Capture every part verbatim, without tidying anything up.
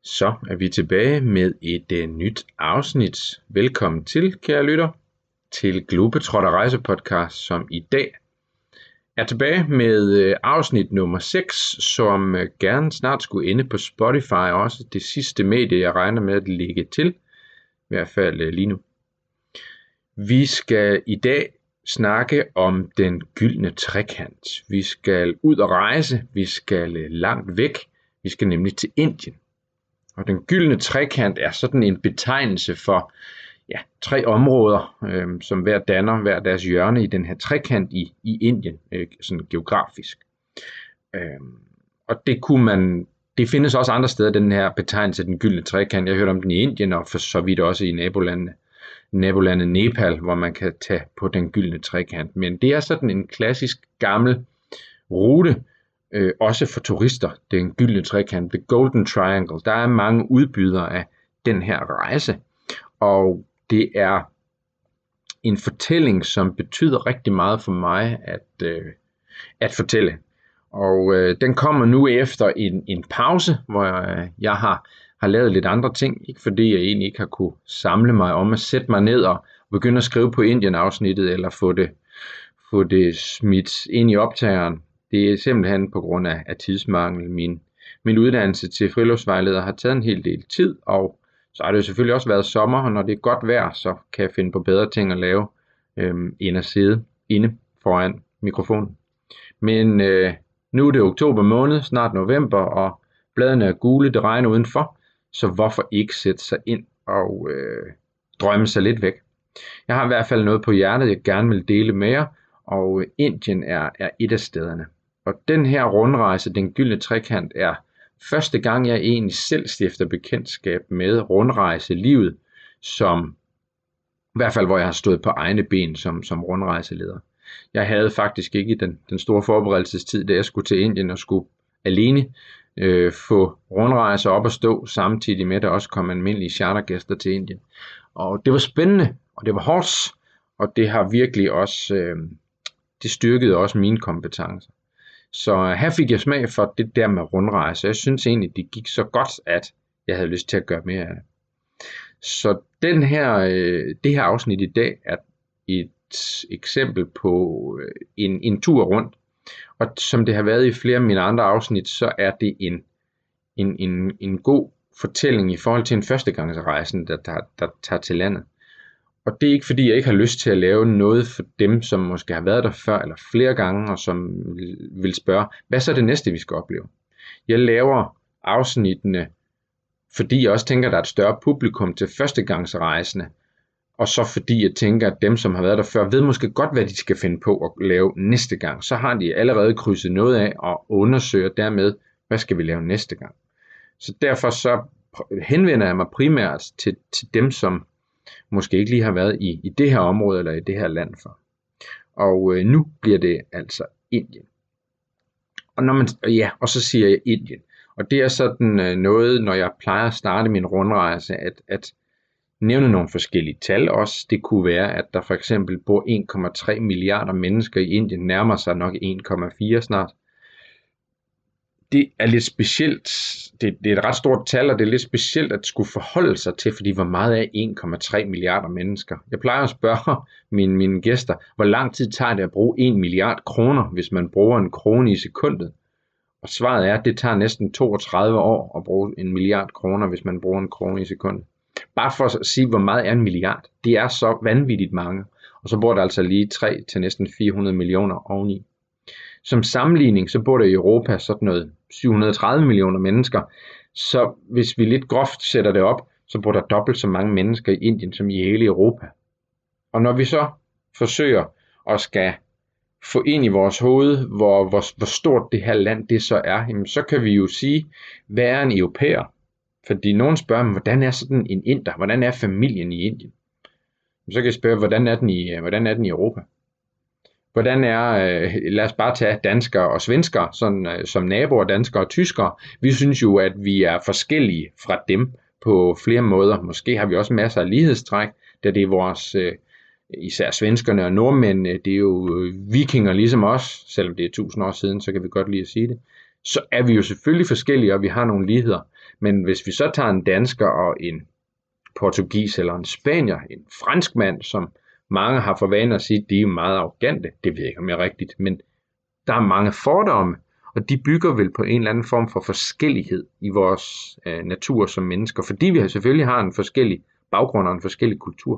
Så er vi tilbage med et uh, nyt afsnit. Velkommen til, kære lytter, til Globetrotter Rejsepodcast, som i dag er tilbage med uh, afsnit nummer seks, som uh, gerne snart skulle ende på Spotify, også det sidste medie, jeg regner med at lægge til, i hvert fald uh, lige nu. Vi skal i dag snakke om den gyldne trekant. Vi skal ud og rejse, vi skal uh, langt væk, vi skal nemlig til Indien. Og den gyldne trekant er sådan en betegnelse for ja, tre områder, øh, som hver danner hver deres hjørne i den her trekant i, i Indien, øh, sådan geografisk. Øh, og det kunne man, det findes også andre steder, den her betegnelse, den gyldne trekant. Jeg har hørt om den i Indien, og for så vidt også i nabolandet, nabolandet Nepal, hvor man kan tage på den gyldne trekant. Men det er sådan en klassisk gammel rute, Øh, også for turister, den gyldne trekant, the Golden Triangle. Der er mange udbydere af den her rejse, og det er en fortælling, som betyder rigtig meget for mig at, øh, at fortælle. Og øh, den kommer nu efter en, en pause, hvor jeg, jeg har, har lavet lidt andre ting, ikke fordi jeg egentlig ikke har kunne samle mig om at sætte mig ned og begynde at skrive på Indien-afsnittet, eller få det, få det smidt ind i optageren. Det er simpelthen på grund af, af tidsmangel. Min, min uddannelse til friluftsvejleder har taget en hel del tid, og så har det jo selvfølgelig også været sommer, og når det er godt vejr, så kan jeg finde på bedre ting at lave, øhm, end at sidde inde foran mikrofonen. Men øh, nu er det oktober måned, snart november, og bladene er gule, det regner udenfor, så hvorfor ikke sætte sig ind og øh, drømme sig lidt væk? Jeg har i hvert fald noget på hjertet, jeg gerne vil dele med jer, og Indien er, er et af stederne. Og den her rundrejse, den gyldne trekant, er første gang, jeg egentlig selv stifter bekendtskab med rundrejselivet, som i hvert fald, hvor jeg har stået på egne ben som, som rundrejseleder. Jeg havde faktisk ikke den, den store forberedelsestid, da jeg skulle til Indien og skulle alene øh, få rundrejser op at stå, samtidig med, at der også kom almindelige chartergæster til Indien. Og det var spændende, og det var hårdt, og det har virkelig også, øh, det styrkede også mine kompetencer. Så her fik jeg smag for det der med rundrejse. Jeg synes egentlig, det gik så godt, at jeg havde lyst til at gøre mere af det. Så den her, det her afsnit i dag er et eksempel på en, en tur rundt. Og som det har været i flere af mine andre afsnit, så er det en, en, en, en god fortælling i forhold til en førstegangsrejsen, der, der, der tager til landet. Og det er ikke fordi, jeg ikke har lyst til at lave noget for dem, som måske har været der før eller flere gange, og som vil spørge, hvad så er det næste, vi skal opleve? Jeg laver afsnittene, fordi jeg også tænker, at der er et større publikum til førstegangsrejsende, og så fordi jeg tænker, at dem, som har været der før, ved måske godt, hvad de skal finde på at lave næste gang. Så har de allerede krydset noget af og undersøger dermed, hvad skal vi lave næste gang? Så derfor så henvender jeg mig primært til, til dem, som måske ikke lige har været i, i det her område eller i det her land for. Og øh, nu bliver det altså Indien. Og, når man, ja, og så siger jeg Indien. Og det er sådan øh, noget, når jeg plejer at starte min rundrejse, at, at nævne nogle forskellige tal også. Det kunne være, at der for eksempel bor en komma tre milliarder mennesker i Indien, nærmer sig nok en komma fire snart. Det er lidt specielt, det, det er et ret stort tal, og det er lidt specielt at skulle forholde sig til, fordi hvor meget er en komma tre milliarder mennesker? Jeg plejer at spørge mine, mine gæster, hvor lang tid tager det at bruge en milliard kroner, hvis man bruger en krone i sekundet? Og svaret er, at det tager næsten toogtredive år at bruge en milliard kroner, hvis man bruger en krone i sekundet. Bare for at sige, hvor meget er en milliard. Det er så vanvittigt mange. Og så bor der altså lige tre til næsten fire hundrede millioner oveni. Som sammenligning, så bor der i Europa sådan noget syv hundrede og tredive millioner mennesker. Så hvis vi lidt groft sætter det op, så bor der dobbelt så mange mennesker i Indien som i hele Europa. Og når vi så forsøger at skal få ind i vores hoved, hvor, hvor, hvor stort det her land det så er, jamen så kan vi jo sige, hvad er en europæer? Fordi nogen spørger mig, hvordan er sådan en inder? Hvordan er familien i Indien? Så kan jeg spørge, hvordan er den i, hvordan er den i Europa? Hvordan er, øh, lad os bare tage danskere og svenskere, sådan, øh, som naboer, danskere og tyskere. Vi synes jo, at vi er forskellige fra dem på flere måder. Måske har vi også masser af lighedstræk, da det er vores, øh, især svenskerne og nordmænd, det er jo vikinger ligesom os, selvom det er tusind år siden, så kan vi godt lide at sige det. så er vi jo selvfølgelig forskellige, og vi har nogle ligheder. Men hvis vi så tager en dansker og en portugis eller en spanier, en franskmand, som mange har for vane at sige, de er meget arrogante, det ved jeg ikke om jeg er rigtigt, men der er mange fordomme, og de bygger vel på en eller anden form for forskellighed i vores øh, natur som mennesker, fordi vi selvfølgelig har en forskellig baggrund og en forskellig kultur.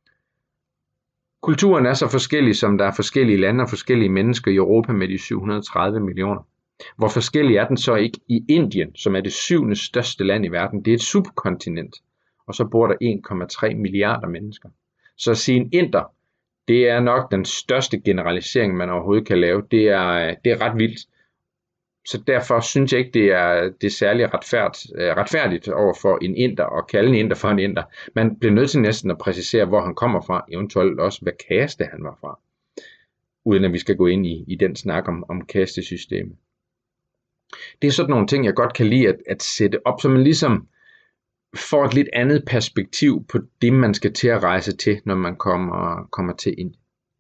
Kulturen er så forskellig, som der er forskellige lande og forskellige mennesker i Europa med de syv hundrede og tredive millioner. Hvor forskellig er den så ikke i Indien, som er det syvende største land i verden. Det er et subkontinent, og så bor der en komma tre milliarder mennesker. Så at sige en inder, det er nok den største generalisering, man overhovedet kan lave. Det er, det er ret vildt. Så derfor synes jeg ikke, det er, det er særlig retfærd, retfærdigt over for en inder at kalde en inder for en inder. Man bliver nødt til næsten at præcisere, hvor han kommer fra, eventuelt også, hvad kaste han var fra. Uden at vi skal gå ind i, i den snak om, om kastesystemet. Det er sådan nogle ting, jeg godt kan lide at, at sætte op, så man ligesom får et lidt andet perspektiv på det, man skal til at rejse til, når man kommer, kommer til Indien.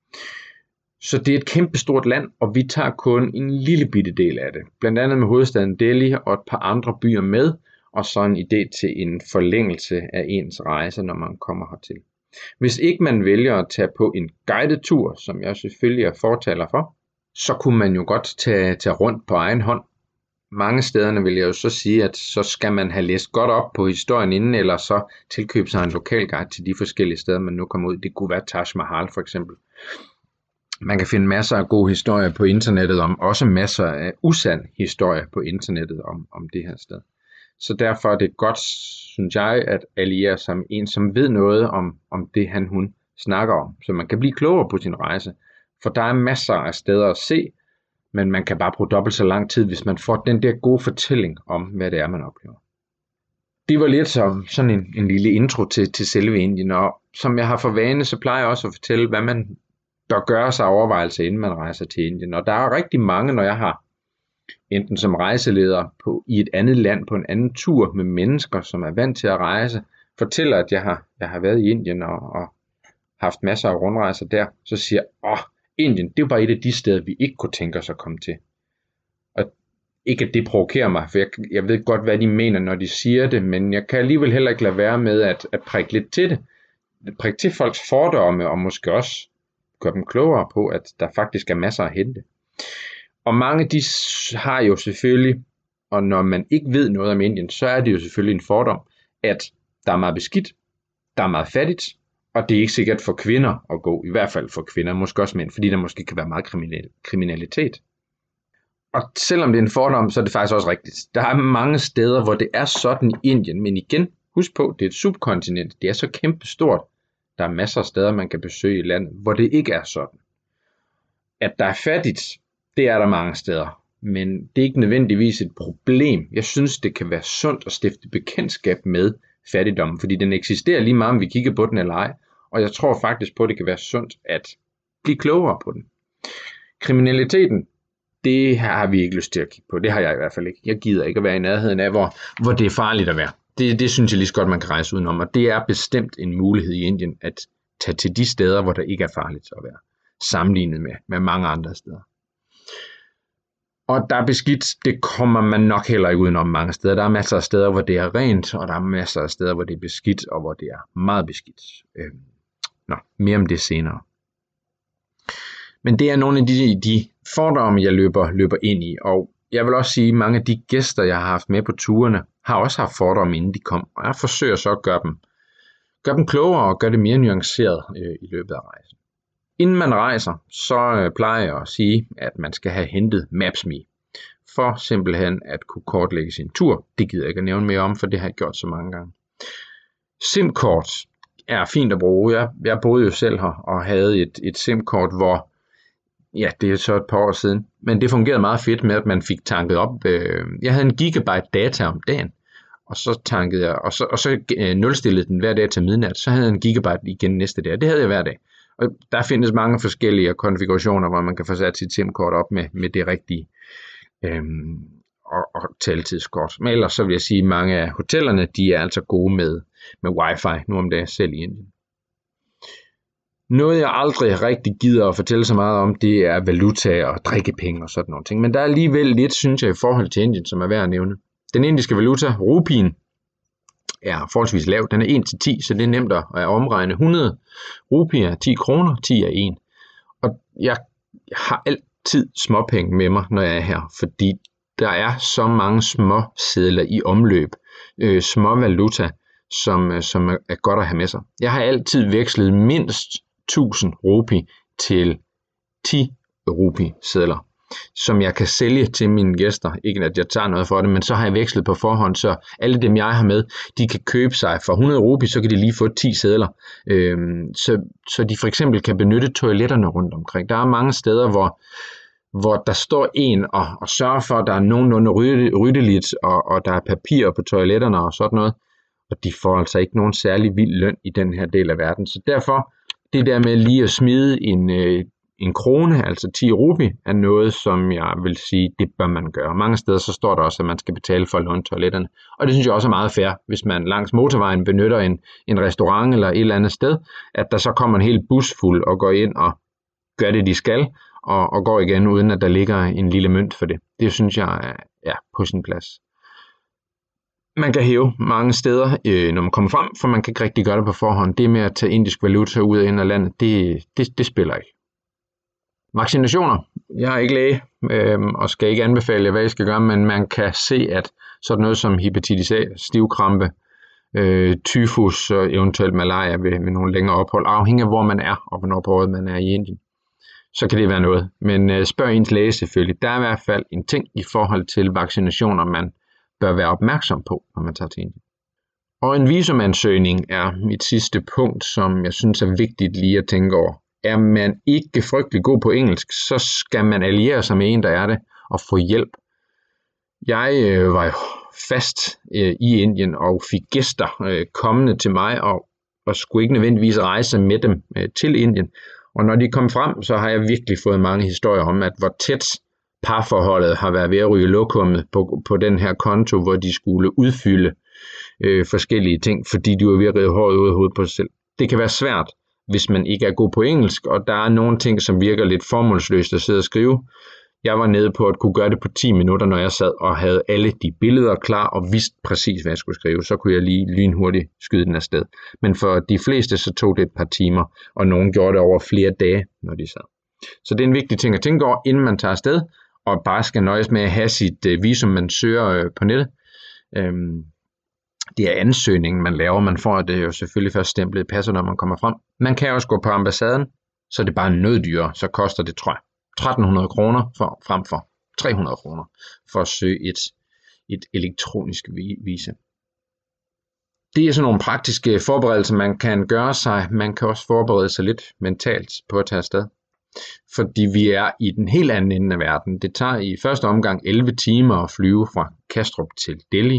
Så det er et kæmpestort land, og vi tager kun en lille bitte del af det. Blandt andet med hovedstaden Delhi og et par andre byer med, og så en idé til en forlængelse af ens rejse, når man kommer hertil. Hvis ikke man vælger at tage på en guided tur, som jeg selvfølgelig er fortaler for, så kunne man jo godt tage, tage rundt på egen hånd. Mange stederne vil jeg jo så sige, at så skal man have læst godt op på historien inden, eller så tilkøbe sig en lokal guide til de forskellige steder, man nu kommer ud. Det kunne være Taj Mahal for eksempel. Man kan finde masser af gode historier på internettet om, også masser af usand historie på internettet om, om det her sted. Så derfor er det godt, synes jeg, at alliere sig med en, som ved noget om, om det, han hun snakker om, så man kan blive klogere på sin rejse. For der er masser af steder at se, men man kan bare bruge dobbelt så lang tid, hvis man får den der gode fortælling om, hvad det er, man oplever. Det var lidt som sådan en, en lille intro til, til selve Indien, og som jeg har for vane, så plejer jeg også at fortælle, hvad man bør gøre sig overvejelser, inden man rejser til Indien. Og der er rigtig mange, når jeg har enten som rejseleder på, i et andet land på en anden tur med mennesker, som er vant til at rejse, fortæller, at jeg har, jeg har været i Indien og, og haft masser af rundrejser der, så siger jeg, åh, Indien, det var et af de steder, vi ikke kunne tænke os at komme til. Og ikke at det provokerer mig, for jeg, jeg ved godt, hvad de mener, når de siger det, men jeg kan alligevel heller ikke lade være med at, at prikke lidt til det. Prikke til folks fordomme, og måske også gøre dem klogere på, at der faktisk er masser at hente. Og mange de har jo selvfølgelig, og når man ikke ved noget om Indien, så er det jo selvfølgelig en fordom, at der er meget beskidt, der er meget fattigt, og det er ikke sikkert for kvinder at gå, i hvert fald for kvinder, måske også mænd, fordi der måske kan være meget kriminalitet. Og selvom det er en fordom, så er det faktisk også rigtigt. Der er mange steder, hvor det er sådan i Indien, men igen, husk på, det er et subkontinent, det er så kæmpestort. Der er masser af steder, man kan besøge i landet, hvor det ikke er sådan. At der er fattigt, det er der mange steder, men det er ikke nødvendigvis et problem. Jeg synes, det kan være sundt at stifte bekendtskab med fattigdommen, fordi den eksisterer lige meget, om vi kigger på den eller ej, og jeg tror faktisk på, at det kan være sundt at blive klogere på den. Kriminaliteten, det har vi ikke lyst til at kigge på, det har jeg i hvert fald ikke. Jeg gider ikke at være i nærheden af, hvor, hvor det er farligt at være. Det, det synes jeg lige så godt, man kan rejse udenom, og det er bestemt en mulighed i Indien at tage til de steder, hvor der ikke er farligt at være, sammenlignet med, med mange andre steder. Og der er beskidt, det kommer man nok heller ikke udenom mange steder. Der er masser af steder, hvor det er rent, og der er masser af steder, hvor det er beskidt, og hvor det er meget beskidt. Øh, nå, mere om det senere. Men det er nogle af de, de fordomme, jeg løber, løber ind i, og jeg vil også sige, at mange af de gæster, jeg har haft med på turene, har også haft fordomme, inden de kom, og jeg forsøger så at gøre dem, gøre dem klogere og gøre det mere nuanceret øh, i løbet af rejsen. Inden man rejser, så øh, plejer jeg at sige, at man skal have hentet Maps.me, for simpelthen at kunne kortlægge sin tur. Det gider jeg ikke at nævne mere om, for det har jeg gjort så mange gange. SIM-kort er fint at bruge. Jeg, jeg boede jo selv her og havde et, et SIM-kort, hvor, ja, det er så et par år siden, men det fungerede meget fedt med, at man fik tanket op. Øh, jeg havde en gigabyte data om dagen, og så tankede jeg, og så, og så øh, nulstillede den hver dag til midnat, så havde jeg en gigabyte igen næste dag. Det havde jeg hver dag. Og der findes mange forskellige konfigurationer, hvor man kan få sat sit SIM-kort op med, med det rigtige øhm, og, og taletidskort. Men ellers så vil jeg sige, at mange af hotellerne, de er altså gode med, med wifi, nu om dagen selv i Indien. Noget jeg aldrig rigtig gider at fortælle så meget om, det er valuta og drikkepenge og sådan nogle ting. Men der er alligevel lidt, synes jeg, i forhold til Indien, som er værd at nævne. Den indiske valuta, rupien, er forholdsvis lav. Den er en til ti, så det er nemt at omregne. hundrede rupier er ti kroner, ti er en. Og jeg har altid småpenge med mig, når jeg er her, fordi der er så mange små sedler i omløb, øh, små valuta, som, som er godt at have med sig. Jeg har altid vekslet mindst tusind rupi til ti rupi sedler, som jeg kan sælge til mine gæster. Ikke at jeg tager noget for det, men så har jeg vekslet på forhånd, så alle dem jeg har med, de kan købe sig for hundrede rupi, så kan de lige få ti sedler. Øhm, så, så de for eksempel kan benytte toiletterne rundt omkring. Der er mange steder, hvor hvor der står en og, og sørger for, at der er nogenlunde ryddeligt, og, og der er papir på toiletterne og sådan noget. Og de får altså ikke nogen særlig vild løn i den her del af verden. Så derfor, det der med lige at smide en, øh, en krone, altså ti rupi, er noget, som jeg vil sige, det bør man gøre. Mange steder så står der også, at man skal betale for at låne toiletterne. Og det synes jeg også er meget fair, hvis man langs motorvejen benytter en, en restaurant eller et eller andet sted, at der så kommer en hel bus fuld og går ind og gør det, de skal, og, og går igen, uden at der ligger en lille mønt for det. Det synes jeg er, er på sin plads. Man kan hæve mange steder, øh, når man kommer frem, for man kan ikke rigtig gøre det på forhånd. Det med at tage indisk valuta ud af ind af landet, det, det, det spiller ikke. Vaccinationer. Jeg er ikke læge, øh, og skal ikke anbefale jer, hvad I skal gøre, men man kan se, at sådan noget som hepatitis A, stivkrampe, øh, tyfus og eventuelt malaria ved, ved nogle længere ophold, afhængig af hvor man er, og hvornår på året man er i Indien, så kan det være noget. Men øh, spørg ens læge selvfølgelig. Der er i hvert fald en ting i forhold til vaccinationer, man bør være opmærksom på, når man tager til Indien. Og en visumansøgning er mit sidste punkt, som jeg synes er vigtigt lige at tænke over. Er man ikke frygtelig god på engelsk, så skal man alliere sig med en, der er det, og få hjælp. Jeg øh, var jo fast øh, i Indien og fik gæster øh, kommende til mig, og, og skulle ikke nødvendigvis rejse med dem øh, til Indien. Og når de kom frem, så har jeg virkelig fået mange historier om, at hvor tæt parforholdet har været ved at ryge lokummet på, på den her konto, hvor de skulle udfylde øh, forskellige ting, fordi de var ved at rive håret ud af hovedet på sig selv. Det kan være svært, hvis man ikke er god på engelsk, og der er nogle ting, som virker lidt formålsløst at sidde og skrive. Jeg var nede på at kunne gøre det på ti minutter, når jeg sad og havde alle de billeder klar og vidste præcis, hvad jeg skulle skrive. Så kunne jeg lige lynhurtigt skyde den afsted. Men for de fleste, så tog det et par timer, og nogen gjorde det over flere dage, når de sad. Så det er en vigtig ting at tænke over, inden man tager afsted, og bare skal nøjes med at have sit visum, man søger på nettet. Det er ansøgningen, man laver. Man får det jo selvfølgelig først stemplet i passet, når man kommer frem. Man kan også gå på ambassaden, så er det bare noget dyrere. Så koster det, tror jeg, tretten hundrede kroner for, frem for tre hundrede kroner for at søge et, et elektronisk visa. Det er sådan nogle praktiske forberedelser, man kan gøre sig. Man kan også forberede sig lidt mentalt på at tage afsted. Fordi vi er i den helt anden ende af verden. Det tager i første omgang elleve timer at flyve fra Kastrup til Delhi.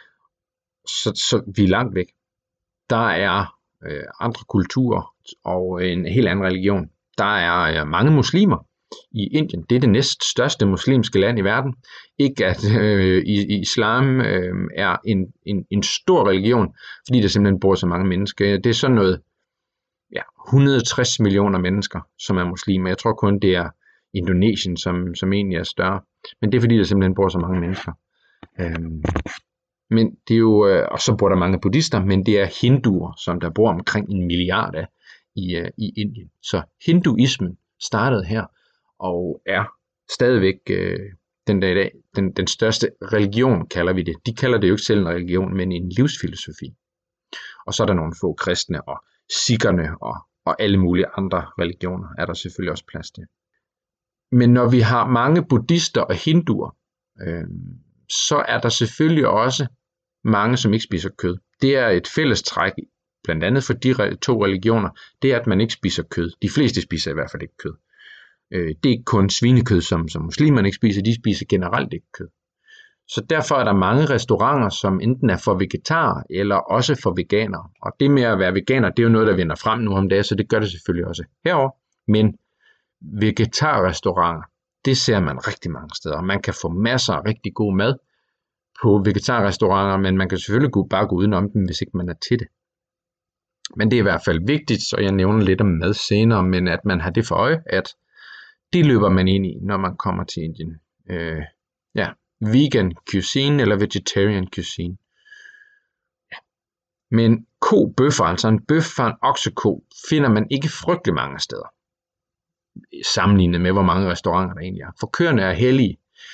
Så, så vi er langt væk. Der er øh, andre kulturer og en helt anden religion. Der er øh, mange muslimer i Indien. Det er det næst største muslimske land i verden. Ikke at øh, islam øh, er en, en, en stor religion, fordi der simpelthen bor så mange mennesker. Det er sådan noget ja, et hundrede og tres millioner mennesker, som er muslimer. Jeg tror kun, det er Indonesien, som, som egentlig er større. Men det er fordi, der simpelthen bor så mange mennesker. Øhm, men det er jo, øh, og så bor der mange buddhister, men det er hinduer, som der bor omkring en milliard af i, øh, i Indien. Så hinduismen startede her, og er stadigvæk øh, den dag i dag den, den største religion, kalder vi det. De kalder det jo ikke selv en religion, men en livsfilosofi. Og så er der nogle få kristne og sikherne og, og alle mulige andre religioner, er der selvfølgelig også plads til. Men når vi har mange buddhister og hinduer, øh, så er der selvfølgelig også mange, som ikke spiser kød. Det er et fællestræk, blandt andet for de to religioner, det er, at man ikke spiser kød. De fleste spiser i hvert fald ikke kød. Øh, det er ikke kun svinekød, som, som muslimerne ikke spiser, de spiser generelt ikke kød. Så derfor er der mange restauranter, som enten er for vegetarer eller også for veganere. Og det med at være veganer, det er jo noget, der vinder frem nu om dagen, så det gør det selvfølgelig også herover. Men vegetarrestauranter, det ser man rigtig mange steder. Man kan få masser af rigtig god mad på vegetarrestauranter, men man kan selvfølgelig bare gå udenom dem, hvis ikke man er til det. Men det er i hvert fald vigtigt, så jeg nævner lidt om mad senere, men at man har det for øje, at det løber man ind i, når man kommer til Indien. Øh, ja, vegan cuisine eller vegetarian cuisine. Ja. Men kobøffer, altså en bøf fra en oksekko, finder man ikke frygtelig mange steder, sammenlignet med, hvor mange restauranter der egentlig er. For køerne er hellige.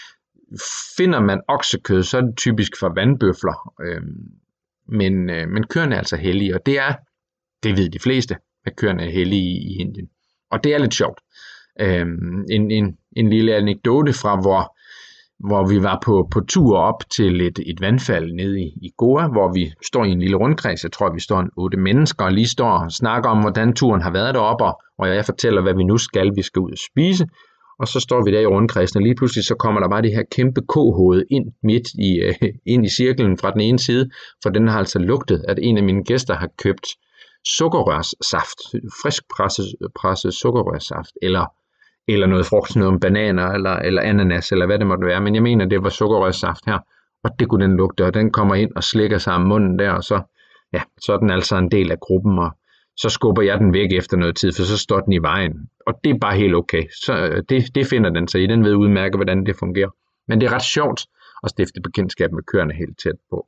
Finder man oksekød, så er det typisk fra vandbøfler, øh, men, øh, men køerne er altså hellige, og det er, det ved de fleste, at køerne er hellige i, i Indien. Og det er lidt sjovt. Øh, en, en, en lille anekdote fra, hvor, hvor vi var på, på tur op til et, et vandfald nede i, i Goa, hvor vi står i en lille rundkreds. Jeg tror, vi står en otte mennesker og lige står og snakker om, hvordan turen har været deroppe, og jeg fortæller, hvad vi nu skal. Vi skal ud og spise. Og så står vi der i rundkredsen, og lige pludselig så kommer der bare det her kæmpe kohoved ind midt i, øh, ind i cirklen fra den ene side, for den har altså lugtet, at en af mine gæster har købt sukkerrørssaft, frisk presset, presset sukkerrørssaft, eller, eller noget frugt, sådan noget bananer, eller, eller ananas, eller hvad det måtte være, men jeg mener, det var sukkerrørssaft her, og det kunne den lugte, og den kommer ind og slikker sig om munden der, og så, ja, så er den altså en del af gruppen, og så skubber jeg den væk efter noget tid, for så står den i vejen. Og det er bare helt okay. Så det, det finder den sig i. Den ved udmærket, hvordan det fungerer. Men det er ret sjovt at stifte bekendtskab med køerne helt tæt på.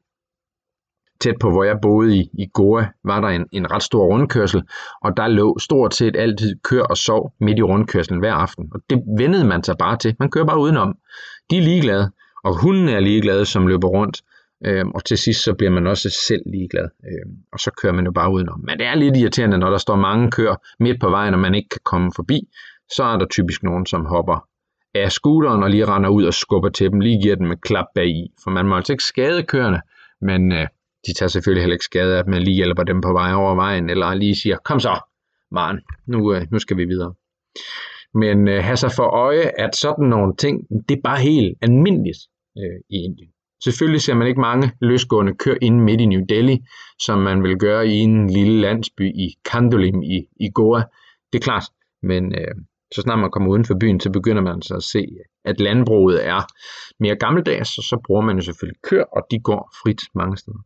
Tæt på, hvor jeg boede i, i Goa, var der en, en ret stor rundkørsel, og der lå stort set altid kør og sov midt i rundkørslen hver aften. Og det vendede man sig bare til. Man kører bare udenom. De er ligeglade, og hunden er ligeglade, som løber rundt. Øhm, og til sidst så bliver man også selv ligeglad, øhm, og så kører man jo bare udenom. Men det er lidt irriterende, når der står mange køer midt på vejen, og man ikke kan komme forbi. Så er der typisk nogen, som hopper af scooteren og lige render ud og skubber til dem, lige giver dem et klap bagi. For man må altså ikke skade køerne, men øh, de tager selvfølgelig heller ikke skade af, at man lige hjælper dem på vej over vejen, eller lige siger, kom så, Maren, nu, øh, nu skal vi videre. Men øh, have sig for øje, at sådan nogle ting, det er bare helt almindeligt øh, i Indien. Selvfølgelig ser man ikke mange løsgående køer inde midt i New Delhi, som man vil gøre i en lille landsby i Kandolim i, i Goa. Det er klart, men øh, så snart man kommer uden for byen, så begynder man så at se, at landbruget er mere gammeldags, og så bruger man jo selvfølgelig køer, og de går frit mange steder.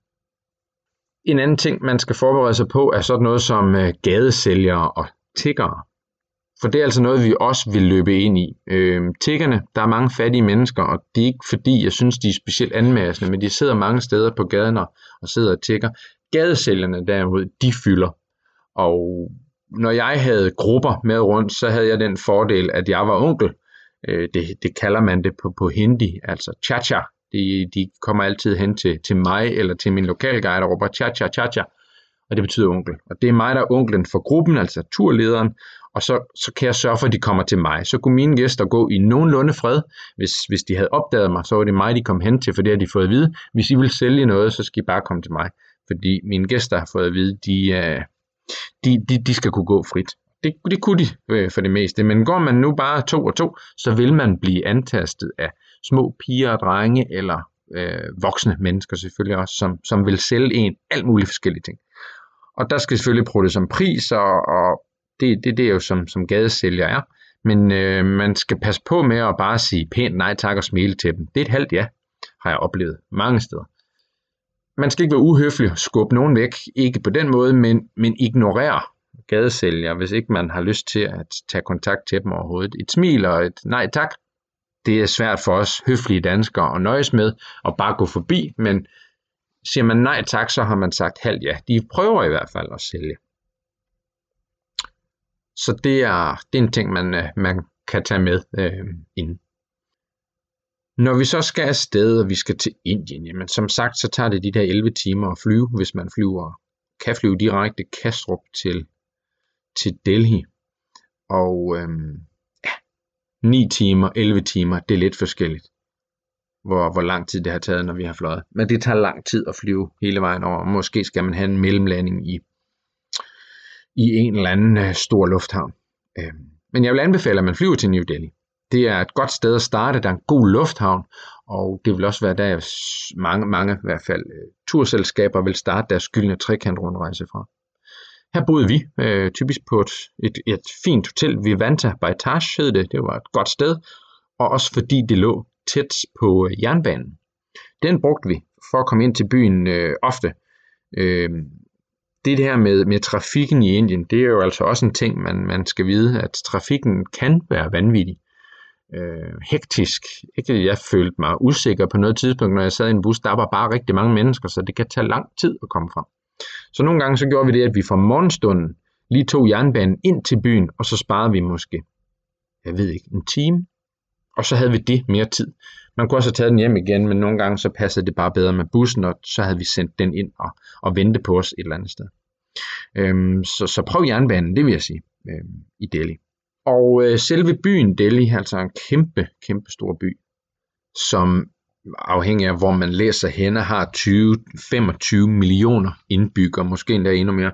En anden ting, man skal forberede sig på, er sådan noget som øh, gadesælgere og tiggere. For det er altså noget, vi også vil løbe ind i. Øh, tiggerne, der er mange fattige mennesker, og det er ikke fordi, jeg synes, de er specielt anmassende, men de sidder mange steder på gaden og sidder og tigger. Gadesælgerne derimod, de fylder. Og når jeg havde grupper med rundt, så havde jeg den fordel, at jeg var onkel. Øh, det, det kalder man det på, på hindi, altså cha-cha. De, de kommer altid hen til, til mig eller til min lokalguide og råber cha-cha, cha-cha. Og det betyder onkel. Og det er mig, der er onklen for gruppen, altså turlederen. Og så, så kan jeg sørge for, at de kommer til mig. Så kunne mine gæster gå i nogenlunde fred. Hvis, hvis de havde opdaget mig, så var det mig, de kom hen til, for det har de fået at vide. Hvis I vil sælge noget, så skal I bare komme til mig. Fordi mine gæster har fået at vide, de, de, de, de skal kunne gå frit. Det, det kunne de for det meste. Men går man nu bare to og to, så vil man blive antastet af små piger og drenge, eller øh, voksne mennesker selvfølgelig også, som, som vil sælge en alt muligt forskellige ting. Og der skal selvfølgelig prøves som pris, og, og det, det, det er jo som, som gadesælger er. Men øh, man skal passe på med at bare sige pænt nej tak og smile til dem. Det er et halvt ja, har jeg oplevet mange steder. Man skal ikke være uhøflig, skubbe nogen væk, ikke på den måde, men, men ignorere gadesælger, hvis ikke man har lyst til at tage kontakt til dem overhovedet. Et smil og et nej tak, det er svært for os høflige danskere at nøjes med og bare gå forbi, men siger man nej tak, så har man sagt halvt ja. De prøver i hvert fald at sælge. Så det er, det er en ting, man, man kan tage med øh, inden. Når vi så skal afsted, og vi skal til Indien, jamen som sagt, så tager det de der elleve timer at flyve, hvis man flyver, kan flyve direkte Kastrup til, til Delhi. Og øh, ja, ni timer, elleve timer, det er lidt forskelligt, hvor, hvor lang tid det har taget, når vi har fløjet. Men det tager lang tid at flyve hele vejen over. Måske skal man have en mellemlanding i i en eller anden øh, stor lufthavn. Øh, men jeg vil anbefale, at man flyver til New Delhi. Det er et godt sted at starte, der er en god lufthavn, og det vil også være der, mange, mange i hvert fald øh, turselskaber vil starte deres gyldne trekant-rundrejse fra. Her boede vi, øh, typisk på et, et, et fint hotel, Vivanta by Taj hed det. Det var et godt sted, og også fordi det lå tæt på øh, jernbanen. Den brugte vi for at komme ind til byen øh, ofte. Øh, det her med, med trafikken i Indien, det er jo altså også en ting, man, man skal vide, at trafikken kan være vanvittig. Øh, hektisk. Ikke? Jeg følte mig usikker på noget tidspunkt, når jeg sad i en bus. Der var bare rigtig mange mennesker, så det kan tage lang tid at komme frem. Så nogle gange så gjorde vi det, at vi fra morgenstunden lige tog jernbanen ind til byen, og så sparede vi måske, jeg ved ikke, en time. Og så havde vi det mere tid. Man kunne også have taget den hjem igen, men nogle gange så passede det bare bedre med bussen, og så havde vi sendt den ind og, og vente på os et eller andet sted. Øhm, så, så prøv jernbanen, det vil jeg sige, øhm, i Delhi. Og øh, selve byen Delhi er altså en kæmpe, kæmpe stor by, som afhængig af hvor man læser henne, har tyve til femogtyve millioner indbyggere, måske endda endnu mere.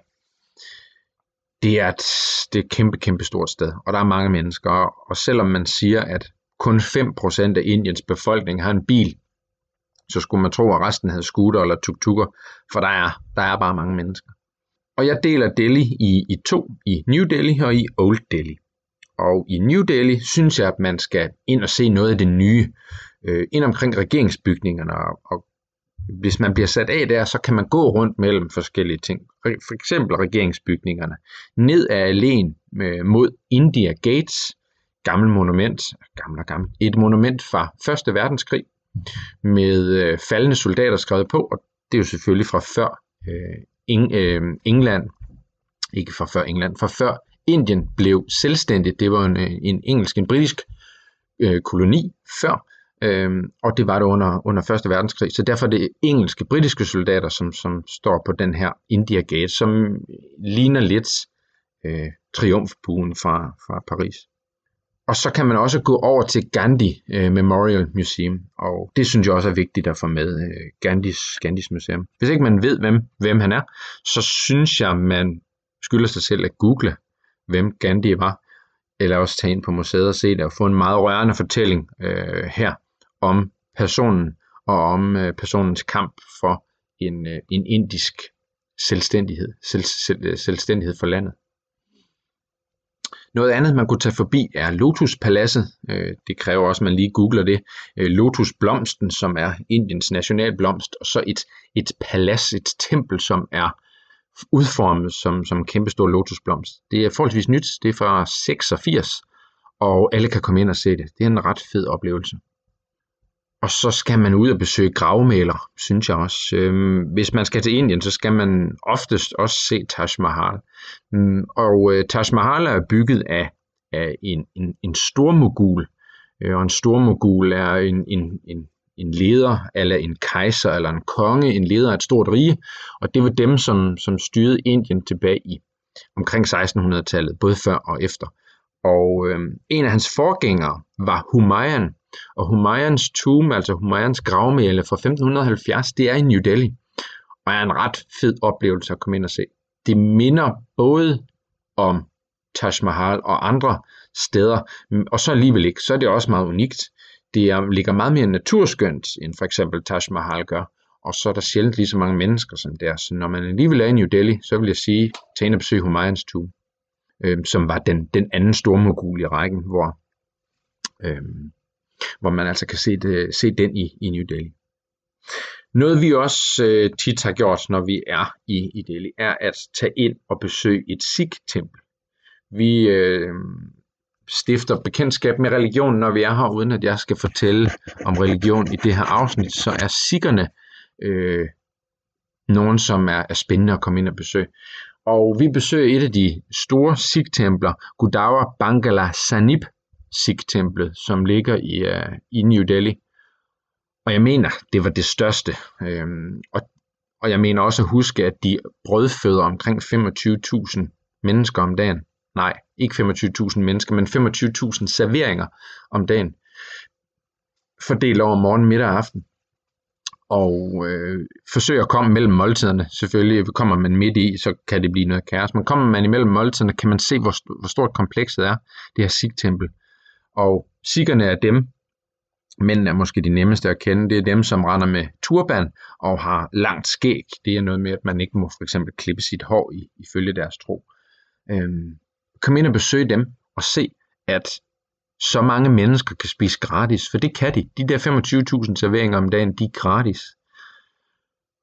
Det er et, det er et kæmpe, kæmpe stort sted, og der er mange mennesker, og selvom man siger, at kun fem procent af Indiens befolkning har en bil, så skulle man tro, at resten havde scooter eller tuk-tukker, for der er, der er bare mange mennesker. Og jeg deler Delhi i, i to, i New Delhi og i Old Delhi. Og i New Delhi synes jeg, at man skal ind og se noget af det nye, øh, ind omkring regeringsbygningerne, og, og hvis man bliver sat af der, så kan man gå rundt mellem forskellige ting. For eksempel regeringsbygningerne. Ned ad alléen øh, mod India Gates, gammel monument, gammel og gammel, et monument fra første verdenskrig, med øh, faldende soldater skrevet på, og det er jo selvfølgelig fra før øh, Eng, øh, England, ikke fra før England, fra før Indien blev selvstændigt. Det var en, en engelsk, en britisk øh, koloni før, øh, og det var det under, under første verdenskrig, så derfor er det engelske, britiske soldater, som, som står på den her India Gate, som ligner lidt øh, triumfbuen fra, fra Paris. Og så kan man også gå over til Gandhi uh, Memorial Museum, og det synes jeg også er vigtigt at få med, uh, Gandhis, Gandhis museum. Hvis ikke man ved, hvem, hvem han er, så synes jeg, man skylder sig selv at google, hvem Gandhi var, eller også tage ind på museet og se det, og få en meget rørende fortælling uh, her om personen, og om uh, personens kamp for en, uh, en indisk selvstændighed, selv, selv, selvstændighed for landet. Noget andet, man kunne tage forbi, er Lotuspaladset. Det kræver også, at man lige googler det. Lotusblomsten, som er Indiens nationalblomst, og så et, et palads, et tempel, som er udformet som, som en kæmpestor lotusblomst. Det er forholdsvis nyt, det er fra seksogfirs, og alle kan komme ind og se det. Det er en ret fed oplevelse. Og så skal man ud og besøge gravmæler, synes jeg også. Øhm, hvis man skal til Indien, så skal man oftest også se Taj Mahal. Øhm, og øh, Taj Mahal er bygget af, af en, en, en stormogul. Øh, og en stormogul er en, en, en, en leder, eller en kejser, eller en konge, en leder af et stort rige. Og det var dem, som, som styrede Indien tilbage i omkring sekstenhundredetallet, både før og efter. Og øh, en af hans forgængere var Humayun. Og Humayuns tomb, altså Humayuns gravmæle fra femten halvfjerds, det er i New Delhi, og er en ret fed oplevelse at komme ind og se. Det minder både om Taj Mahal og andre steder, og så alligevel ikke, så er det også meget unikt. Det er, ligger meget mere naturskønt, end for eksempel Taj Mahal gør, og så er der sjældent lige så mange mennesker som der. Så når man alligevel er i New Delhi, så vil jeg sige, tag ind og besøg Humayuns tomb, øh, som var den, den anden stormogul i rækken, hvor... Øh, hvor man altså kan se, det, se den i, i New Delhi. Noget vi også øh, tit har gjort, når vi er i, i Delhi, er at tage ind og besøge et Sikh-tempel. Vi øh, stifter bekendtskab med religion, når vi er her, uden at jeg skal fortælle om religion i det her afsnit, så er sikherne øh, nogen, som er, er spændende at komme ind og besøge. Og vi besøger et af de store Sikh-templer, Gurdwara Bangla Sahib Sikh-templet, som ligger i, uh, i New Delhi. Og jeg mener, det var det største. Øhm, og, og jeg mener også at huske, at de brødføder omkring femogtyve tusind mennesker om dagen. Nej, ikke femogtyve tusind mennesker, men femogtyve tusind serveringer om dagen. Fordelt over morgen, middag og aften. Og øh, forsøger at komme mellem måltiderne. Selvfølgelig kommer man midt i, så kan det blive noget kaos. Men kommer man imellem måltiderne, kan man se, hvor, hvor stort komplekset er, det her Sikh-tempel. Og sikherne er dem, mændene er måske de nemmeste at kende, det er dem, som render med turban og har langt skæg. Det er noget med, at man ikke må for eksempel klippe sit hår i, ifølge deres tro. Øhm, kom ind og besøg dem og se, at så mange mennesker kan spise gratis, for det kan de. De der femogtyve tusind serveringer om dagen, de er gratis.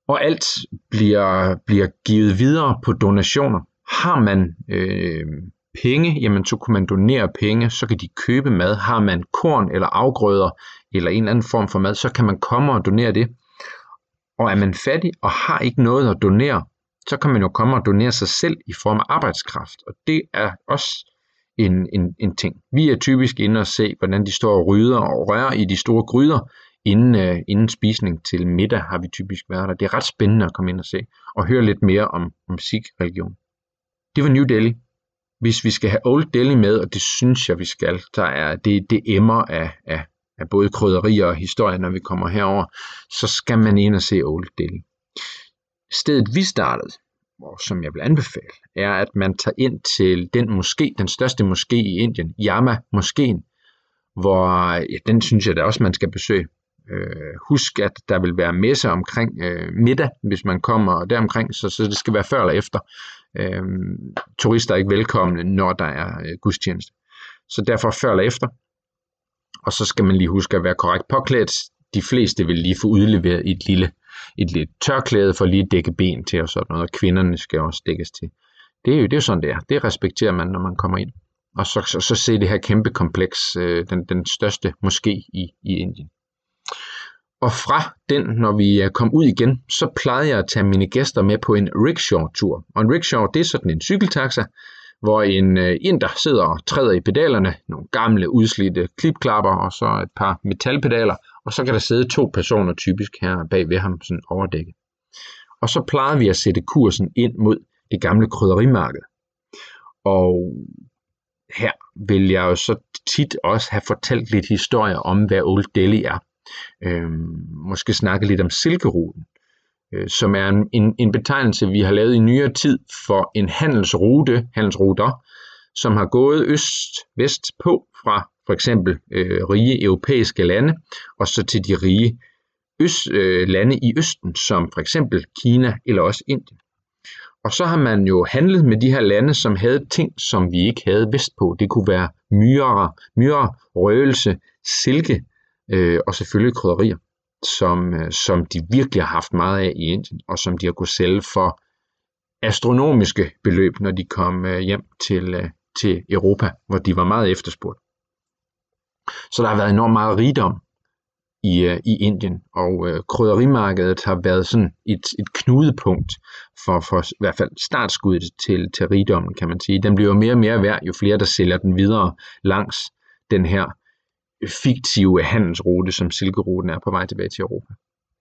Og alt bliver, bliver givet videre på donationer. Har man øh, penge, jamen så kunne man donere penge, så kan de købe mad. Har man korn eller afgrøder eller en eller anden form for mad, så kan man komme og donere det. Og er man fattig og har ikke noget at donere, så kan man jo komme og donere sig selv i form af arbejdskraft. Og det er også en, en, en ting. Vi er typisk inde og se, hvordan de står og rydder og rører i de store gryder. Inden, uh, inden spisning til middag har vi typisk været der. Det er ret spændende at komme ind og se og høre lidt mere om, om Sikh-religion. Det var New Delhi. Hvis vi skal have Old Delhi med, og det synes jeg vi skal, så er det, det emmer af, af, af både krydderier og historie, når vi kommer herover, så skal man ind og se Old Delhi. Stedet vi startede, og som jeg vil anbefale, er at man tager ind til den moské, den største moské i Indien, Jama-moskéen, hvor ja, den synes jeg da også man skal besøge. Øh, husk, at der vil være messer omkring øh, middag, hvis man kommer deromkring, så, så det skal være før eller efter. Øh, turister er ikke velkomne, når der er øh, gudstjeneste. Så derfor før eller efter. Og så skal man lige huske at være korrekt påklædt. De fleste vil lige få udleveret et lille, et lille tørklæde for lige at dække ben til og sådan noget. Og kvinderne skal også dækkes til. Det er jo det er sådan, det er. Det respekterer man, når man kommer ind. Og så, så, så se det her kæmpe kompleks, øh, den, den største moské i, i Indien. Og fra den, når vi kom ud igen, så plejede jeg at tage mine gæster med på en rickshaw-tur. Og en rickshaw, det er sådan en cykeltaxa, hvor en øh, inder sidder og træder i pedalerne, nogle gamle udslidte klipklapper og så et par metalpedaler, og så kan der sidde to personer typisk her bag ved ham, sådan overdækket. Og så plejede vi at sætte kursen ind mod det gamle krydderimarked. Og her vil jeg jo så tit også have fortalt lidt historier om, hvad Old Delhi er. Øhm, måske snakke lidt om Silkeruten, øh, som er en, en, en betegnelse, vi har lavet i nyere tid for en handelsrute, handelsruter, som har gået øst-vest på fra for eksempel øh, rige europæiske lande, og så til de rige øst, øh, lande i Østen, som for eksempel Kina eller også Indien. Og så har man jo handlet med de her lande, som havde ting, som vi ikke havde vestpå. Det kunne være myrer, myrer røgelse, silke øh, og selvfølgelig krydderier, som, øh, som de virkelig har haft meget af i Indien, og som de har kunnet sælge for astronomiske beløb, når de kom øh, hjem til, øh, til Europa, hvor de var meget efterspurgt. Så der har været enormt meget rigdom i, øh, i Indien, og øh, krydderimarkedet har været sådan et, et knudepunkt for, for i hvert fald startskuddet til, til rigdommen, kan man sige. Den bliver jo mere og mere værd, jo flere der sælger den videre langs den her fiktive handelsrute, som Silkeruten er på vej tilbage til Europa.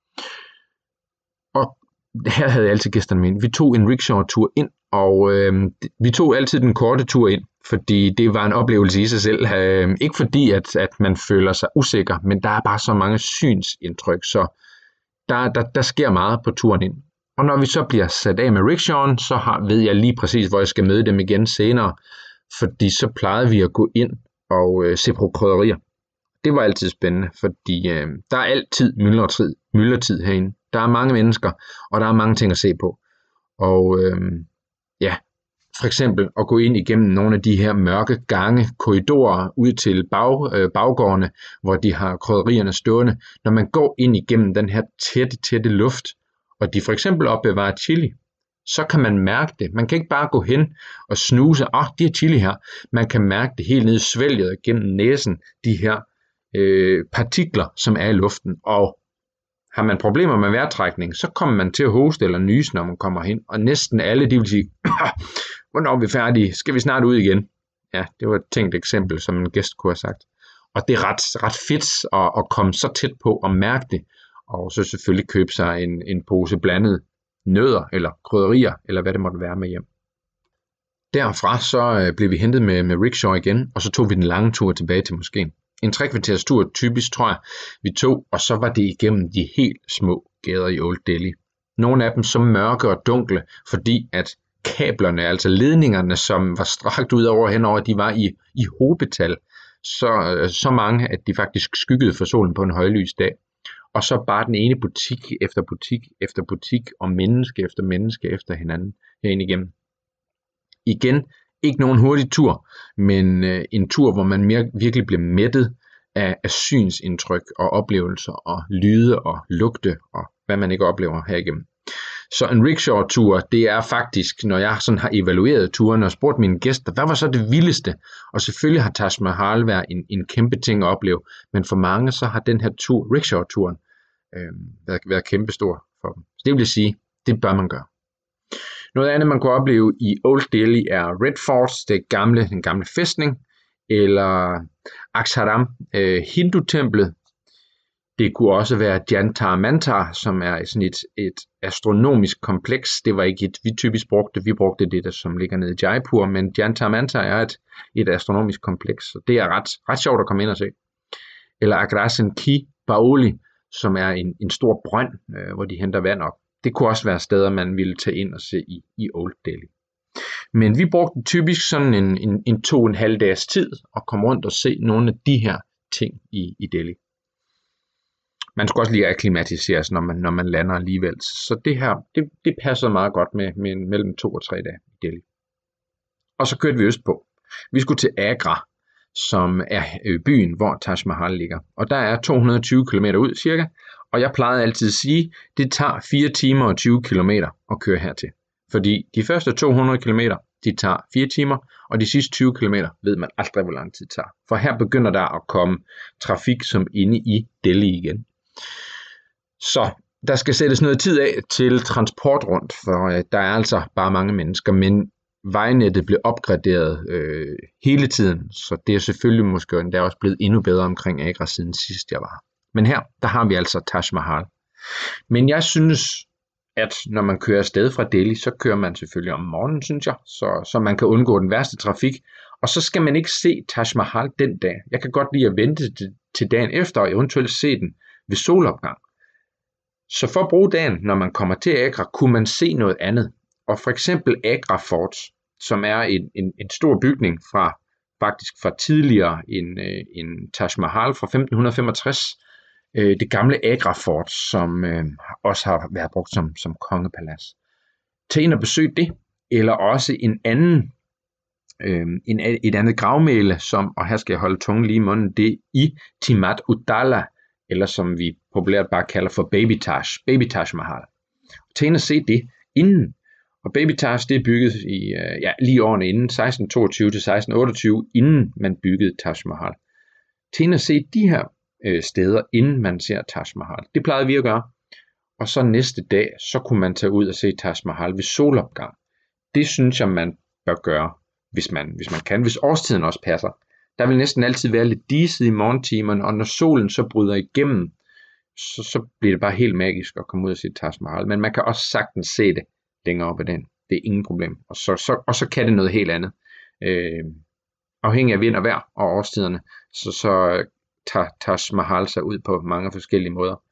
Og her havde jeg altid gæsterne med. Vi tog en rickshaw-tur ind, og øh, vi tog altid den korte tur ind, fordi det var en oplevelse i sig selv. Øh, ikke fordi, at, at man føler sig usikker, men der er bare så mange synsindtryk, så der, der, der sker meget på turen ind. Og når vi så bliver sat af med rickshawen, så har, ved jeg lige præcis, hvor jeg skal møde dem igen senere, fordi så plejede vi at gå ind og øh, se på krydderier. Det var altid spændende, fordi øh, der er altid myldretid, myldretid herinde. Der er mange mennesker, og der er mange ting at se på. Og øh, ja, for eksempel at gå ind igennem nogle af de her mørke gange, korridorer ud til bag, øh, baggårdene, hvor de har krydderierne stående. Når man går ind igennem den her tætte, tætte luft, og de for eksempel opbevarer chili, så kan man mærke det. Man kan ikke bare gå hen og snuse, åh, oh, de her chili her. Man kan mærke det helt ned i svælget gennem næsen, de her øh, partikler, som er i luften. Og har man problemer med vejrtrækning, så kommer man til at hoste eller nyse, når man kommer hen. Og næsten alle, de vil sige, hvornår er vi færdige? Skal vi snart ud igen? Ja, det var et tænkt eksempel, som en gæst kunne have sagt. Og det er ret, ret fedt at, at komme så tæt på og mærke det. Og så selvfølgelig købe sig en, en pose blandet nødder eller krydderier, eller hvad det måtte være med hjem. Derfra så øh, blev vi hentet med, med rickshaw igen, og så tog vi den lange tur tilbage til moskeen. En tre kvarters tur typisk, tror jeg, vi tog, og så var det igennem de helt små gader i Old Delhi. Nogle af dem så mørke og dunkle, fordi at kablerne, altså ledningerne, som var strakt ud over henover, de var i, i hobetal. Så, så mange, at de faktisk skyggede for solen på en højlys dag. Og så bare den ene butik efter butik efter butik, og menneske efter menneske efter hinanden herinde igennem. Igen, ikke nogen hurtig tur, men øh, en tur, hvor man mere, virkelig bliver mættet af, af synsindtryk og oplevelser og lyde og lugte og hvad man ikke oplever herigennem. Så en rickshaw-tur, det er faktisk, når jeg sådan har evalueret turen og spurgt mine gæster, hvad var så det vildeste? Og selvfølgelig har Taj Mahal været en, en kæmpe ting at opleve, men for mange så har den her tur, rickshaw-turen, øh, været, været kæmpestor for dem. Så det vil sige, det bør man gøre. Noget andet, man kunne opleve i Old Delhi, er Red Fort, det gamle, den gamle fæstning, eller Aksaram, øh, Hindu-templet. Det kunne også være Jantar Mantar, som er sådan et, et astronomisk kompleks. Det var ikke et, vi typisk brugte. Vi brugte det, der som ligger nede i Jaipur, men Jantar Mantar er et, et astronomisk kompleks, og det er ret, ret sjovt at komme ind og se. Eller Agrasen Ki Baoli, som er en, en stor brønd, øh, hvor de henter vand op. Det kunne også være steder, man ville tage ind og se i, i Old Delhi. Men vi brugte typisk sådan en, en, en to og en halv dages tid og komme rundt og se nogle af de her ting i, i Delhi. Man skulle også lige akklimatiseres, når man, når man lander alligevel. Så det her, det, det passer meget godt med, med mellem to og tre dage i Delhi. Og så kørte vi østpå. Vi skulle til Agra, som er byen, hvor Taj Mahal ligger. Og der er to hundrede og tyve kilometer ud cirka. Og jeg plejede altid at sige, det tager fire timer og tyve kilometer at køre hertil. Fordi de første to hundrede kilometer, de tager fire timer, og de sidste tyve kilometer ved man aldrig, hvor lang tid det tager. For her begynder der at komme trafik som inde i Delhi igen. Så der skal sættes noget tid af til transport rundt, for øh, der er altså bare mange mennesker, men vejnettet blev opgraderet øh, hele tiden, så det er selvfølgelig måske endda også blevet endnu bedre omkring Agra siden sidst jeg var her. Men her, der har vi altså Taj Mahal. Men jeg synes, at når man kører afsted fra Delhi, så kører man selvfølgelig om morgenen, synes jeg, så, så man kan undgå den værste trafik. Og så skal man ikke se Taj Mahal den dag. Jeg kan godt lide at vente til, til dagen efter, og eventuelt se den ved solopgang. Så for at bruge dagen, når man kommer til Agra, kunne man se noget andet. Og for eksempel Agra Fort, som er en, en, en stor bygning fra faktisk fra tidligere end, øh, end Taj Mahal fra femten femogtres. Øh, det gamle Agra Fort, som øh, også har været brugt som, som kongepalads. Tag ind og besøg det, eller også en anden, øh, en, et andet gravmæle, som, og her skal jeg holde tungen lige i munden, det er i Timat Udala, eller som vi populært bare kalder for Baby Taj, Baby Taj Mahal. Tag ind og se det inden. Og Baby Taj, det er bygget i, øh, ja, lige årene inden, seksten toogtyve til seksten otteogtyve, inden man byggede Taj Mahal. Tag ind og se de her øh, steder, inden man ser Taj Mahal. Det plejede vi at gøre. Og så næste dag, så kunne man tage ud og se Taj Mahal ved solopgang. Det synes jeg, man bør gøre, hvis man, hvis man kan, hvis årstiden også passer. Der vil næsten altid være lidt diset i morgentimerne, og når solen så bryder igennem, så, så bliver det bare helt magisk at komme ud og se Taj Mahal. Men man kan også sagtens se det længere op ad den. Det er ingen problem. Og så, så, og så kan det noget helt andet. Øh, afhængig af vind og vejr og årstiderne, så, så tager Taj Mahal sig ud på mange forskellige måder.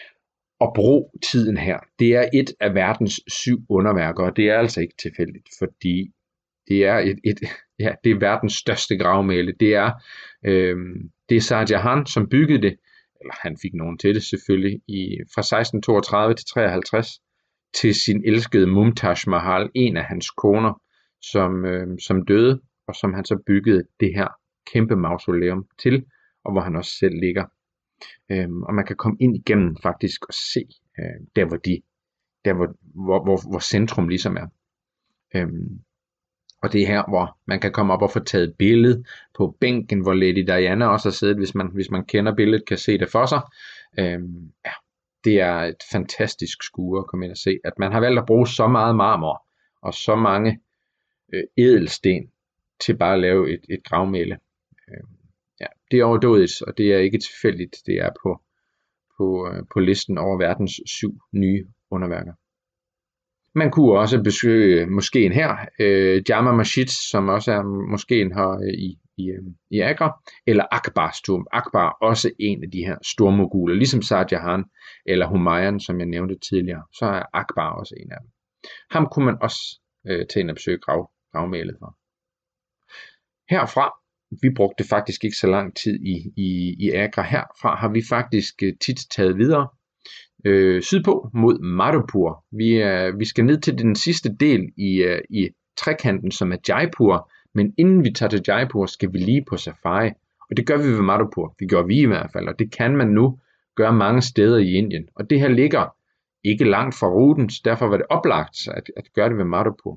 Og brug tiden her. Det er et af verdens syv underværker, og det er altså ikke tilfældigt, fordi det er et, et ja, det er verdens største gravmæle. Det er øh, det er Shah Jahan, som byggede det, eller han fik nogen til det selvfølgelig, i, fra seksten toogtredive til treoghalvtreds, til sin elskede Mumtaz Mahal, en af hans koner, som, øh, som døde, og som han så byggede det her kæmpe mausoleum til, og hvor han også selv ligger. Øhm, og man kan komme ind igennem faktisk og se øh, der, hvor, de, der hvor, hvor, hvor, hvor centrum ligesom er. Øhm, og det er her, hvor man kan komme op og få taget et billede på bænken, hvor Lady Diana også har siddet, hvis man, hvis man kender billedet, kan se det for sig. Øhm, ja, det er et fantastisk skue at komme ind og se, at man har valgt at bruge så meget marmor og så mange øh, ædelsten til bare at lave et, et gravmæle. Øhm, Ja, det er overdådigt, og det er ikke tilfældigt. Det er på, på, på listen over verdens syv nye underværker. Man kunne også besøge moskéen her, øh, Jama Masjid, som også er moskéen her i, i, i Agra, eller Akbars tombe. Akbar er også en af de her store moguler, ligesom Shah Jahan eller Humayun, som jeg nævnte tidligere. Så er Akbar også en af dem. Ham kunne man også øh, tage ind og besøge grav, gravmælet for. Herfra, vi brugte faktisk ikke så lang tid i, i, i Agra. Herfra har vi faktisk tit taget videre øh, sydpå mod Madhupur. Vi, er, vi skal ned til den sidste del i, uh, i trekanten, som er Jaipur. Men inden vi tager til Jaipur, skal vi lige på safari. Og det gør vi ved Madhupur. Det gør vi i hvert fald, og det kan man nu gøre mange steder i Indien. Og det her ligger ikke langt fra ruten, så derfor var det oplagt at, at gøre det ved Madhopur.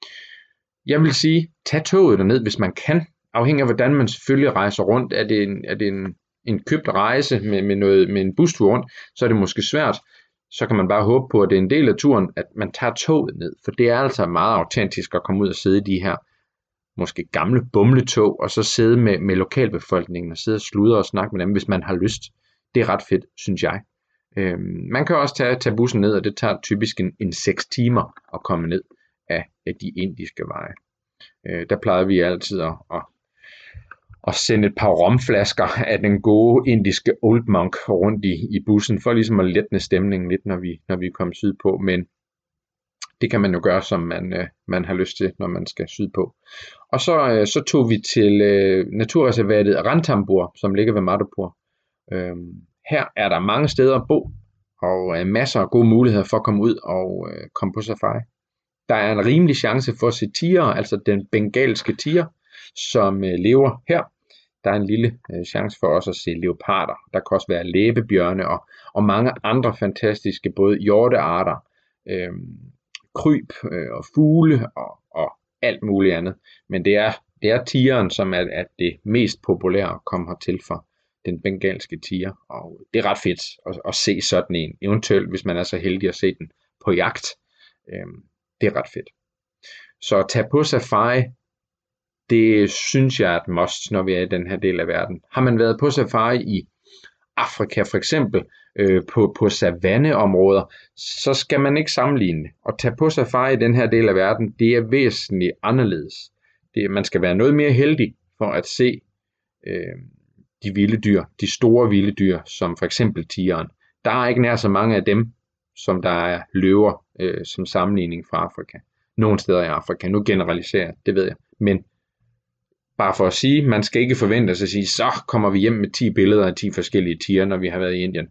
Jeg vil sige, tag toget derned, hvis man kan, afhængig af hvordan man selvfølgelig rejser rundt. Er det en, er det en, en købt rejse med, med, noget, med en bustur rundt, så er det måske svært. Så kan man bare håbe på, at det er en del af turen, at man tager toget ned, for det er altså meget autentisk at komme ud og sidde i de her måske gamle bumletog, og så sidde med, med lokalbefolkningen og sidde og sludre og snakke med dem, hvis man har lyst. Det er ret fedt, synes jeg. Øhm, man kan også tage, tage bussen ned, og det tager typisk en, en seks timer at komme ned af, af de indiske veje. Øh, der plejede vi altid at, at, at sende et par romflasker af den gode indiske Old Monk rundt i, i bussen, for ligesom at lette stemningen lidt, når vi, når vi kom sydpå. Men det kan man jo gøre, som man, øh, man har lyst til, når man skal sydpå. Og så, øh, så tog vi til øh, naturreservatet Ranthambore, som ligger ved Madhopur. Øh, her er der mange steder at bo, og øh, masser af gode muligheder for at komme ud og øh, komme på safari. Der er en rimelig chance for at se tiger, altså den bengalske tiger, som øh, lever her. Der er en lille øh, chance for også at se leoparder. Der kan også være læbebjørne og, og mange andre fantastiske både hjortearter, øh, kryb øh, og fugle og, og alt muligt andet. Men det er, det er tigeren, som er, er det mest populære at komme hertil for, den bengalske tiger. Og det er ret fedt at, at se sådan en, eventuelt hvis man er så heldig at se den på jagt. Øh, det er ret fedt. Så at tage på safari, det synes jeg er et must, når vi er i den her del af verden. Har man været på safari i Afrika for eksempel, øh, på, på savanneområder, så skal man ikke sammenligne det. At tage på safari i den her del af verden, det er væsentligt anderledes. Det, man skal være noget mere heldig for at se øh, de vilde dyr, de store vilde dyr, som for eksempel tigeren. Der er ikke nær så mange af dem, som der er løver øh, som sammenligning fra Afrika. Nogle steder i Afrika. Nu generaliserer jeg, det ved jeg. Men bare for at sige, man skal ikke forvente sig at sige, så kommer vi hjem med ti billeder af ti forskellige tiger, når vi har været i Indien.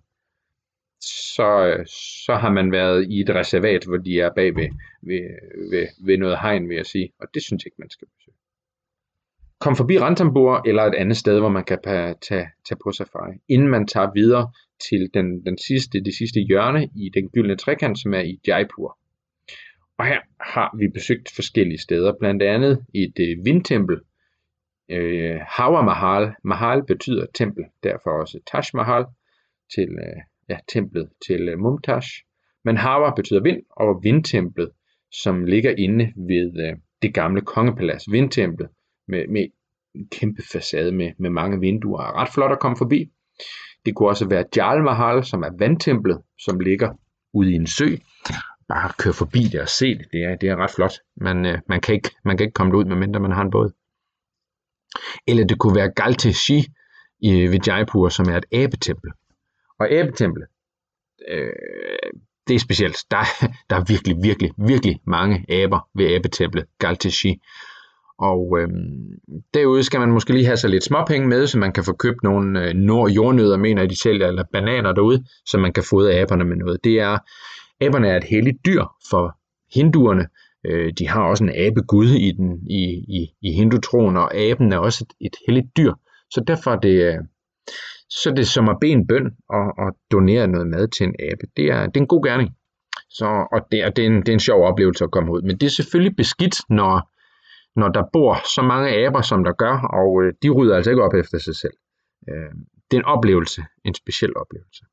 Så, så har man været i et reservat, hvor de er bag ved, ved, ved, ved noget hegn, vil jeg sige. Og det synes jeg ikke, man skal besøge. Kom forbi Ranthambore eller et andet sted, hvor man kan tage, tage, tage på safari, inden man tager videre til den, den sidste, det sidste hjørne i den gyldne trekant, som er i Jaipur. Og her har vi besøgt forskellige steder, blandt andet et øh, vindtempel, øh, Hawa Mahal. Mahal betyder tempel, derfor også Taj Mahal, til øh, ja, templet til øh, Mumtaz. Men Hawa betyder vind, og vindtemplet, som ligger inde ved øh, det gamle kongepalads, vindtemplet, med, med en kæmpe facade med, med mange vinduer, er ret flot at komme forbi. Det kunne også være Jal Mahal, som er vandtemplet, som ligger ude i en sø. Bare køre forbi det og se det, det er, det er ret flot. Man, øh, man, kan ikke, man kan ikke komme derud, medmindre man har en båd. Eller det kunne være Galteshi i, ved Jaipur, som er et abetempel. Og abetemplet, øh, det er specielt. Der, der er virkelig, virkelig, virkelig mange aber ved abetemplet, Galteshi. Og øh, derude skal man måske lige have så lidt småpenge med, så man kan få købt nogle øh, nord- jordnødder, mener de sælger, eller bananer derude, så man kan fodre aberne med noget. Det er, aberne er et helligt dyr for hinduerne. Øh, de har også en abegud i, den, i, i, i hindutroen, og aben er også et, et helligt dyr. Så derfor er det, så er det som at bede en bøn og, og donere noget mad til en abe. Det er, det er en god gerning. Så, og det er, det, er en, det er en sjov oplevelse at komme ud. Men det er selvfølgelig beskidt, når når der bor så mange aber, som der gør, og øh, de rydder altså ikke op efter sig selv. Øh, det er en oplevelse, en speciel oplevelse.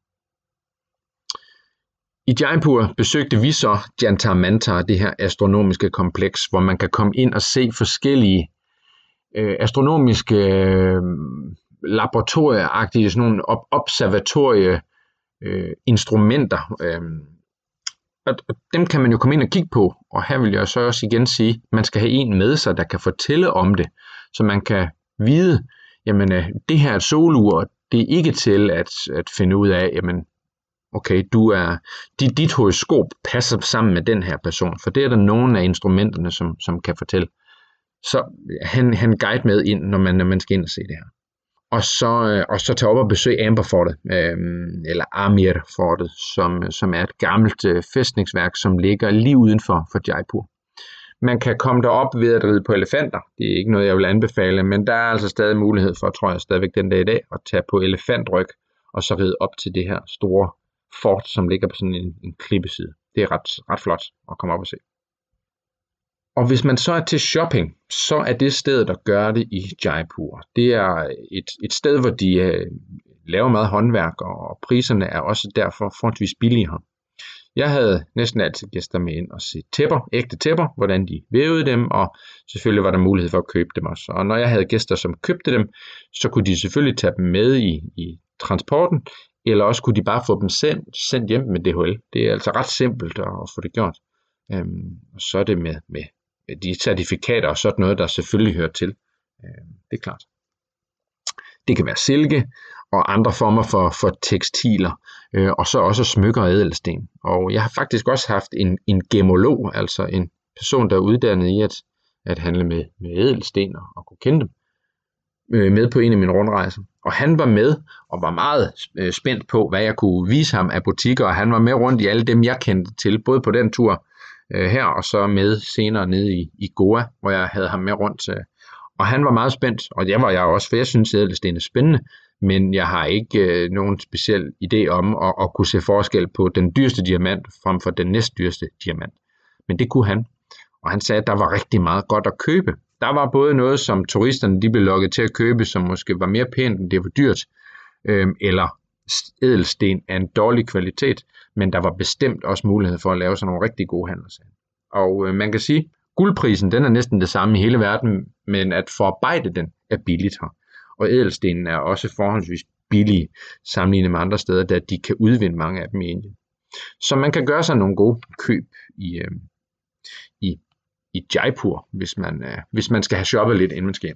I Jaipur besøgte vi så Jantar Mantar, det her astronomiske kompleks, hvor man kan komme ind og se forskellige øh, astronomiske øh, laboratorieagtige, sådan nogle op- observatorie øh, instrumenter. Øh, Og dem kan man jo komme ind og kigge på, og her vil jeg så også igen sige, at man skal have en med sig, der kan fortælle om det, så man kan vide, jamen det her er et solur, det er ikke til at, at finde ud af, jamen okay, du er, dit, dit horoskop passer sammen med den her person, for det er der nogle af instrumenterne, som, som kan fortælle. Så han, han guide med ind, når man, når man skal ind og se det her. Og så, og så tage op og besøge Amberfortet, øh, eller Amirfortet, som, som er et gammelt øh, fæstningsværk, som ligger lige uden for, for Jaipur. Man kan komme derop ved at ride på elefanter. Det er ikke noget, jeg vil anbefale, men der er altså stadig mulighed for, tror jeg stadigvæk den dag i dag, at tage på elefantryg, og så ride op til det her store fort, som ligger på sådan en, en klippeside. Det er ret, ret flot at komme op og se. Og hvis man så er til shopping, så er det stedet, der gør det i Jaipur. Det er et, et sted, hvor de øh, laver meget håndværk, og priserne er også derfor forholdsvis billige her. Jeg havde næsten altid gæster med ind og se tæpper, ægte tæpper, hvordan de vævede dem, og selvfølgelig var der mulighed for at købe dem også. Og når jeg havde gæster, som købte dem, så kunne de selvfølgelig tage dem med i, i transporten, eller også kunne de bare få dem sendt, sendt hjem med D H L. Det er altså ret simpelt at, at få det gjort. Øhm, og så er det med, med de certifikater og sådan noget, der selvfølgelig hører til. Øhm, det er klart. Det kan være silke og andre former for, for tekstiler, øh, og så også smykker og ædelsten. Og jeg har faktisk også haft en, en gemolog, altså en person, der er uddannet i at, at handle med, med ædelsten og, og kunne kende dem, øh, med på en af mine rundrejser. Og han var med og var meget øh, spændt på, hvad jeg kunne vise ham af butikker, og han var med rundt i alle dem, jeg kendte til, både på den tur øh, her, og så med senere nede i, i Goa, hvor jeg havde ham med rundt. Øh, og han var meget spændt, og det var jeg også, for jeg synes, ædelsten er spændende. Men jeg har ikke øh, nogen speciel idé om at, at kunne se forskel på den dyreste diamant frem for den næstdyreste diamant. Men det kunne han. Og han sagde, at der var rigtig meget godt at købe. Der var både noget, som turisterne de blev lokket til at købe, som måske var mere pænt, end det var dyrt, øh, eller ædelsten af en dårlig kvalitet. Men der var bestemt også mulighed for at lave sådan nogle rigtig gode handelssager. Og øh, man kan sige, guldprisen den er næsten det samme i hele verden, men at forarbejde den er billigt her. Og ædelstenen er også forholdsvis billige sammenlignet med andre steder, da de kan udvinde mange af dem i Indien. Så man kan gøre sig nogle gode køb i, øh, i, i Jaipur, hvis man, øh, hvis man skal have shoppet lidt, inden man skal hjem.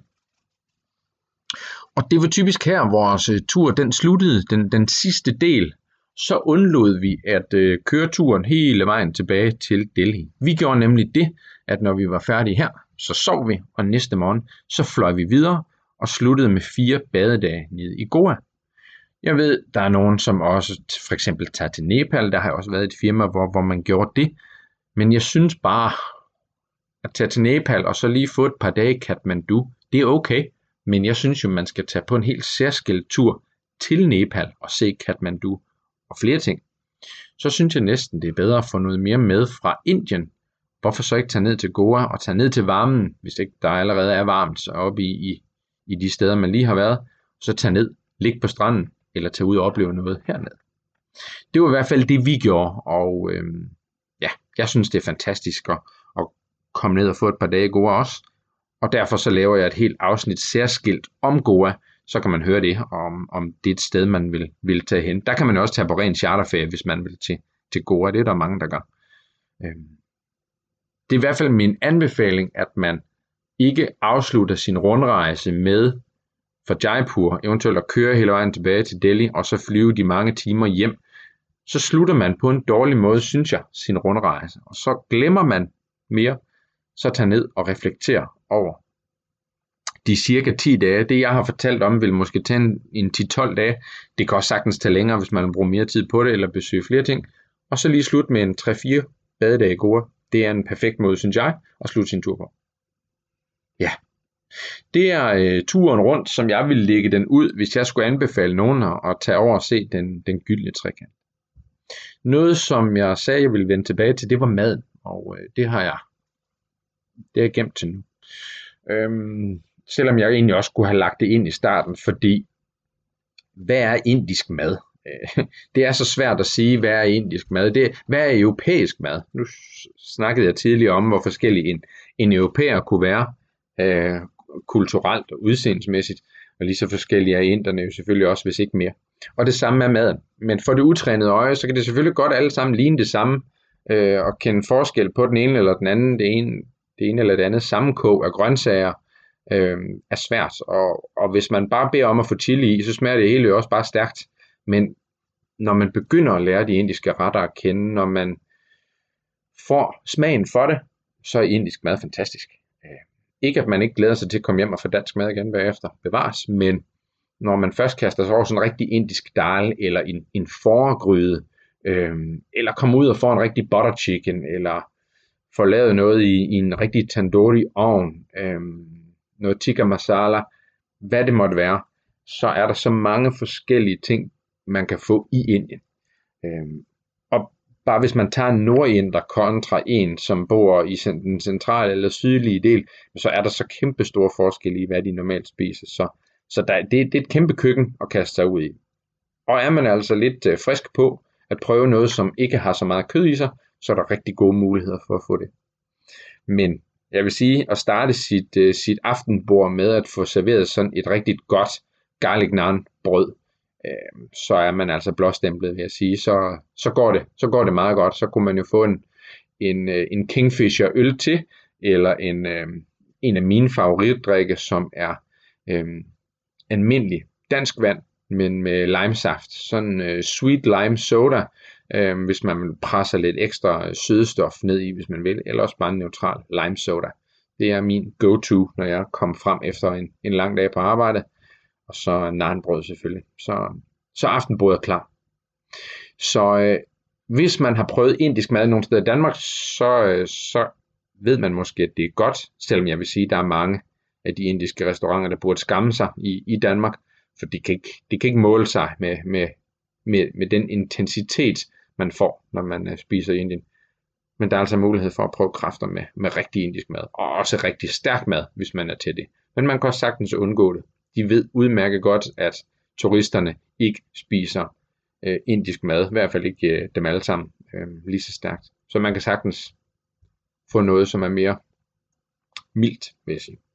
Og det var typisk her, vores øh, tur den sluttede, den, den sidste del. Så undlod vi at øh, køre turen hele vejen tilbage til Delhi. Vi gjorde nemlig det, at når vi var færdige her, så sov vi, og næste morgen, så fløj vi videre, og sluttede med fire badedage nede i Goa. Jeg ved, der er nogen, som også for eksempel tager til Nepal. Der har også været et firma, hvor, hvor man gjorde det. Men jeg synes bare, at tage til Nepal og så lige få et par dage i Kathmandu, det er okay. Men jeg synes jo, man skal tage på en helt særskilt tur til Nepal og se Kathmandu og flere ting. Så synes jeg næsten, det er bedre at få noget mere med fra Indien. Hvorfor så ikke tage ned til Goa og tage ned til varmen, hvis ikke der allerede er varmt oppe i, i i de steder, man lige har været, så tage ned, ligge på stranden, eller tage ud og opleve noget hernede. Det var i hvert fald det, vi gjorde, og øhm, ja, jeg synes, det er fantastisk at, at komme ned og få et par dage i Goa også, og derfor så laver jeg et helt afsnit særskilt om Goa, så kan man høre det, om, om det er et sted, man vil, vil tage hen. Der kan man også tage på ren charterferie, hvis man vil til, til Goa, det er der mange, der gør. Øhm, det er i hvert fald min anbefaling, at man ikke afslutter sin rundrejse med fra Jaipur, eventuelt at køre hele vejen tilbage til Delhi, og så flyve de mange timer hjem, så slutter man på en dårlig måde, synes jeg, sin rundrejse. Og så glemmer man mere, så tager ned og reflekterer over de cirka ti dage. Det jeg har fortalt om, vil måske tage en, en ti til tolv dage. Det kan også sagtens tage længere, hvis man vil bruge mere tid på det, eller besøge flere ting. Og så lige slut med en tre fire badedage i Goa. Det er en perfekt måde, synes jeg, at slutte sin tur på. Ja, det er øh, turen rundt, som jeg ville lægge den ud, hvis jeg skulle anbefale nogen at tage over og se den, den gyldne trekant. Noget, som jeg sagde, jeg ville vende tilbage til, det var maden, og øh, det har jeg det er jeg gemt til nu. Øhm, selvom jeg egentlig også kunne have lagt det ind i starten, fordi hvad er indisk mad? Det er så svært at sige, hvad er indisk mad. Det, hvad er europæisk mad? Nu snakkede jeg tidligere om, hvor forskellig en, en europæer kunne være. Øh, kulturelt og udseendemæssigt, og lige så forskellige er inderne jo selvfølgelig også, hvis ikke mere. Og det samme er maden. Men for det utrænede øje, så kan det selvfølgelig godt alle sammen ligne det samme, øh, og kende forskel på den ene eller den anden, det ene, det ene eller det andet sammenkog af grøntsager, øh, er svært. Og, og hvis man bare beder om at få chili i, så smager det hele jo også bare stærkt. Men når man begynder at lære de indiske retter at kende, når man får smagen for det, så er indisk mad fantastisk. Ikke at man ikke glæder sig til at komme hjem og få dansk mad igen bagefter, bevares, men når man først kaster sig over sådan en rigtig indisk dal, eller en, en fåregryde, øhm, eller kommer ud og får en rigtig butter chicken, eller får lavet noget i, i en rigtig tandoori ovn, øhm, noget tikka masala, hvad det måtte være, så er der så mange forskellige ting, man kan få i Indien. Øhm, og bare hvis man tager en nordinder kontra en, som bor i den centrale eller sydlige del, så er der så kæmpe store forskelle i, hvad de normalt spiser. Så, så der, det, det er et kæmpe køkken at kaste sig ud i. Og er man altså lidt øh, frisk på at prøve noget, som ikke har så meget kød i sig, så er der rigtig gode muligheder for at få det. Men jeg vil sige, at starte sit, øh, sit aftenbord med at få serveret sådan et rigtig godt garlic naan brød, øh, så er man altså blåstemplet, vil jeg sige. Så, så, går det, så går det meget godt. Så kunne man jo få en, en, øh, en Kingfisher øl til, eller en, øh, en af mine favoritdrikke, som er øh, almindelig dansk vand, men med limesaft. Sådan øh, sweet lime soda, øh, hvis man vil presse lidt ekstra sødestof ned i, hvis man vil, eller også bare en neutral lime soda. Det er min go-to, når jeg kommer frem efter en, en lang dag på arbejde. Og så naanbrød selvfølgelig. Så, så aftenbordet er klar. Så øh, hvis man har prøvet indisk mad nogle steder i Danmark, så, øh, så ved man måske, at det er godt. Selvom jeg vil sige, at der er mange af de indiske restauranter, der burde skamme sig i, i Danmark. For de kan ikke, de kan ikke måle sig med, med, med, med den intensitet, man får, når man øh, spiser i Indien. Men der er altså mulighed for at prøve kræfter med, med rigtig indisk mad. Og også rigtig stærk mad, hvis man er til det. Men man kan også sagtens undgå det. De ved udmærket godt, at turisterne ikke spiser øh, indisk mad. I hvert fald ikke øh, dem alle sammen øh, lige så stærkt. Så man kan sagtens få noget, som er mere mildt, vil jeg sige.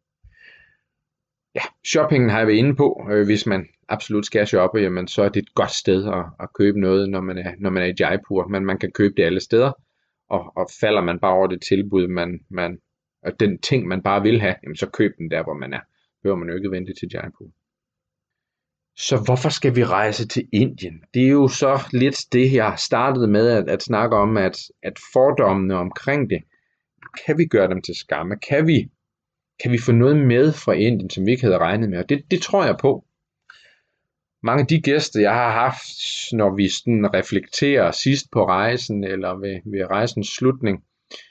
Ja, shoppingen har jeg været inde på. Øh, hvis man absolut skal shoppe, jamen, så er det et godt sted at, at købe noget, når man, er, når man er i Jaipur. Men man kan købe det alle steder. Og, og falder man bare over det tilbud, man, man, og den ting, man bare vil have, jamen, så køb den der, hvor man er. Behøver man jo ikke vente til Jaipur. Så hvorfor skal vi rejse til Indien? Det er jo så lidt det, jeg startede med at, at snakke om, at, at fordommene omkring det, kan vi gøre dem til skamme? Kan vi, kan vi få noget med fra Indien, som vi ikke havde regnet med? Og det, det tror jeg på. Mange af de gæster, jeg har haft, når vi sådan reflekterer sidst på rejsen, eller ved, ved rejsens slutning,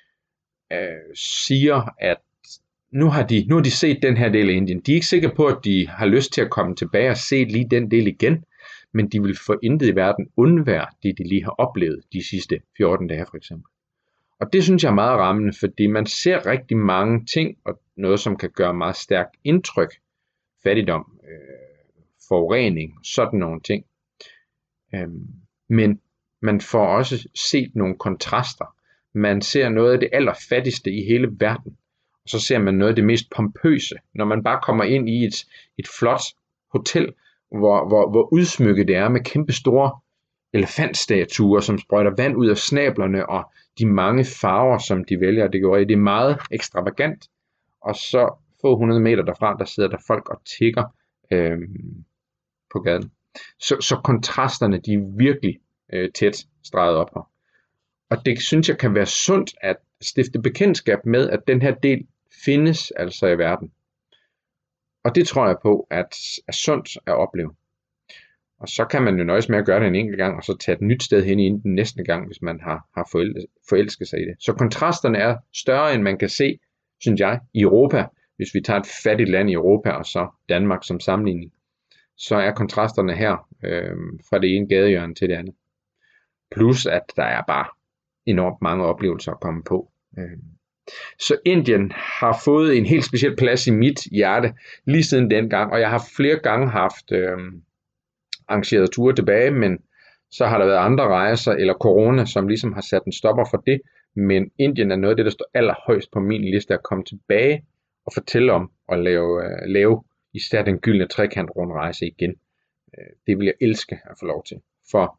øh, siger, at nu har, de, nu har de set den her del af Indien. De er ikke sikre på, at de har lyst til at komme tilbage og se lige den del igen, men de vil for intet i verden undvære det, de lige har oplevet de sidste fjorten dage for eksempel. Og det synes jeg er meget rammende, fordi man ser rigtig mange ting, og noget, som kan gøre meget stærkt indtryk. Fattigdom, øh, forurening, sådan nogle ting. Øhm, men man får også set nogle kontraster. Man ser noget af det allerfattigste i hele verden. Og så ser man noget af det mest pompøse, når man bare kommer ind i et, et flot hotel, hvor, hvor, hvor udsmykket det er med kæmpe store elefantstatuer, som sprøjter vand ud af snablerne, og de mange farver, som de vælger. Det går i. Det er meget ekstravagant. Og så få hundrede meter derfra, der sidder der folk og tigger øh, på gaden. Så, så kontrasterne, de er virkelig øh, tæt streget op her. Og det synes jeg kan være sundt at stifte bekendtskab med, at den her del findes altså i verden. Og det tror jeg på, at er sundt at opleve. Og så kan man jo nøjes med at gøre det en enkelt gang, og så tage et nyt sted hen i den næste gang, hvis man har, har forelsket, forelsket sig i det. Så kontrasterne er større, end man kan se, synes jeg, i Europa. Hvis vi tager et fattigt land i Europa, og så Danmark som sammenligning, så er kontrasterne her øh, fra det ene gadehjørne til det andet. Plus at der er bare enormt mange oplevelser at komme på. Så Indien har fået en helt speciel plads i mit hjerte lige siden dengang, og jeg har flere gange haft øh, arrangeret ture tilbage, men så har der været andre rejser eller corona, som ligesom har sat en stopper for det. Men Indien er noget af det, der står allerhøjst på min liste at komme tilbage og fortælle om og lave, øh, lave især den gyldne trekant rundrejse igen. Det vil jeg elske at få lov til, for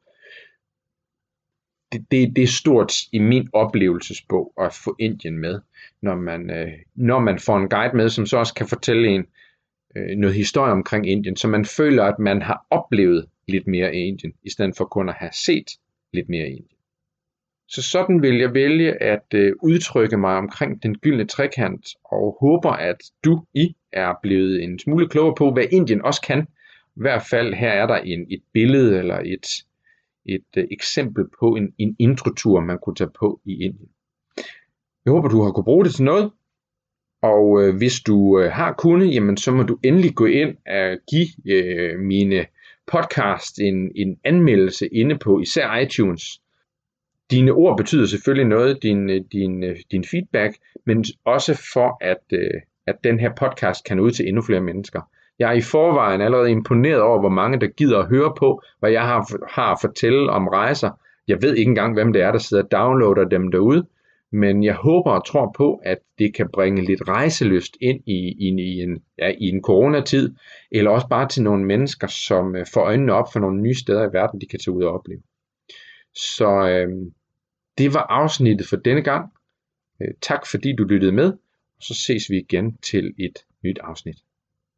Det, det, det er stort i min oplevelsesbog at få Indien med, når man, øh, når man får en guide med, som så også kan fortælle en øh, noget historie omkring Indien, så man føler, at man har oplevet lidt mere i Indien, i stedet for kun at have set lidt mere i Indien. Så sådan vil jeg vælge at øh, udtrykke mig omkring den gyldne trekant, og håber, at du I er blevet en smule klogere på, hvad Indien også kan. I hvert fald her er der en, et billede eller et et uh, eksempel på en, en introtur, man kunne tage på i Indien. Jeg håber, du har kunne bruge det til noget, og uh, hvis du uh, har kunnet, jamen, så må du endelig gå ind og give uh, mine podcast, en, en anmeldelse inde på især iTunes. Dine ord betyder selvfølgelig noget, din, din, din feedback, men også for, at, at den her podcast kan ud til endnu flere mennesker. Jeg er i forvejen allerede imponeret over, hvor mange der gider at høre på, hvad jeg har, har at fortælle om rejser. Jeg ved ikke engang, hvem det er, der sidder og downloader dem derude, men jeg håber og tror på, at det kan bringe lidt rejselyst ind i, i, i, en, ja, i en coronatid, eller også bare til nogle mennesker, som får øjnene op for nogle nye steder i verden, de kan tage ud og opleve. Så øh, det var afsnittet for denne gang. Øh, tak fordi du lyttede med, og så ses vi igen til et nyt afsnit.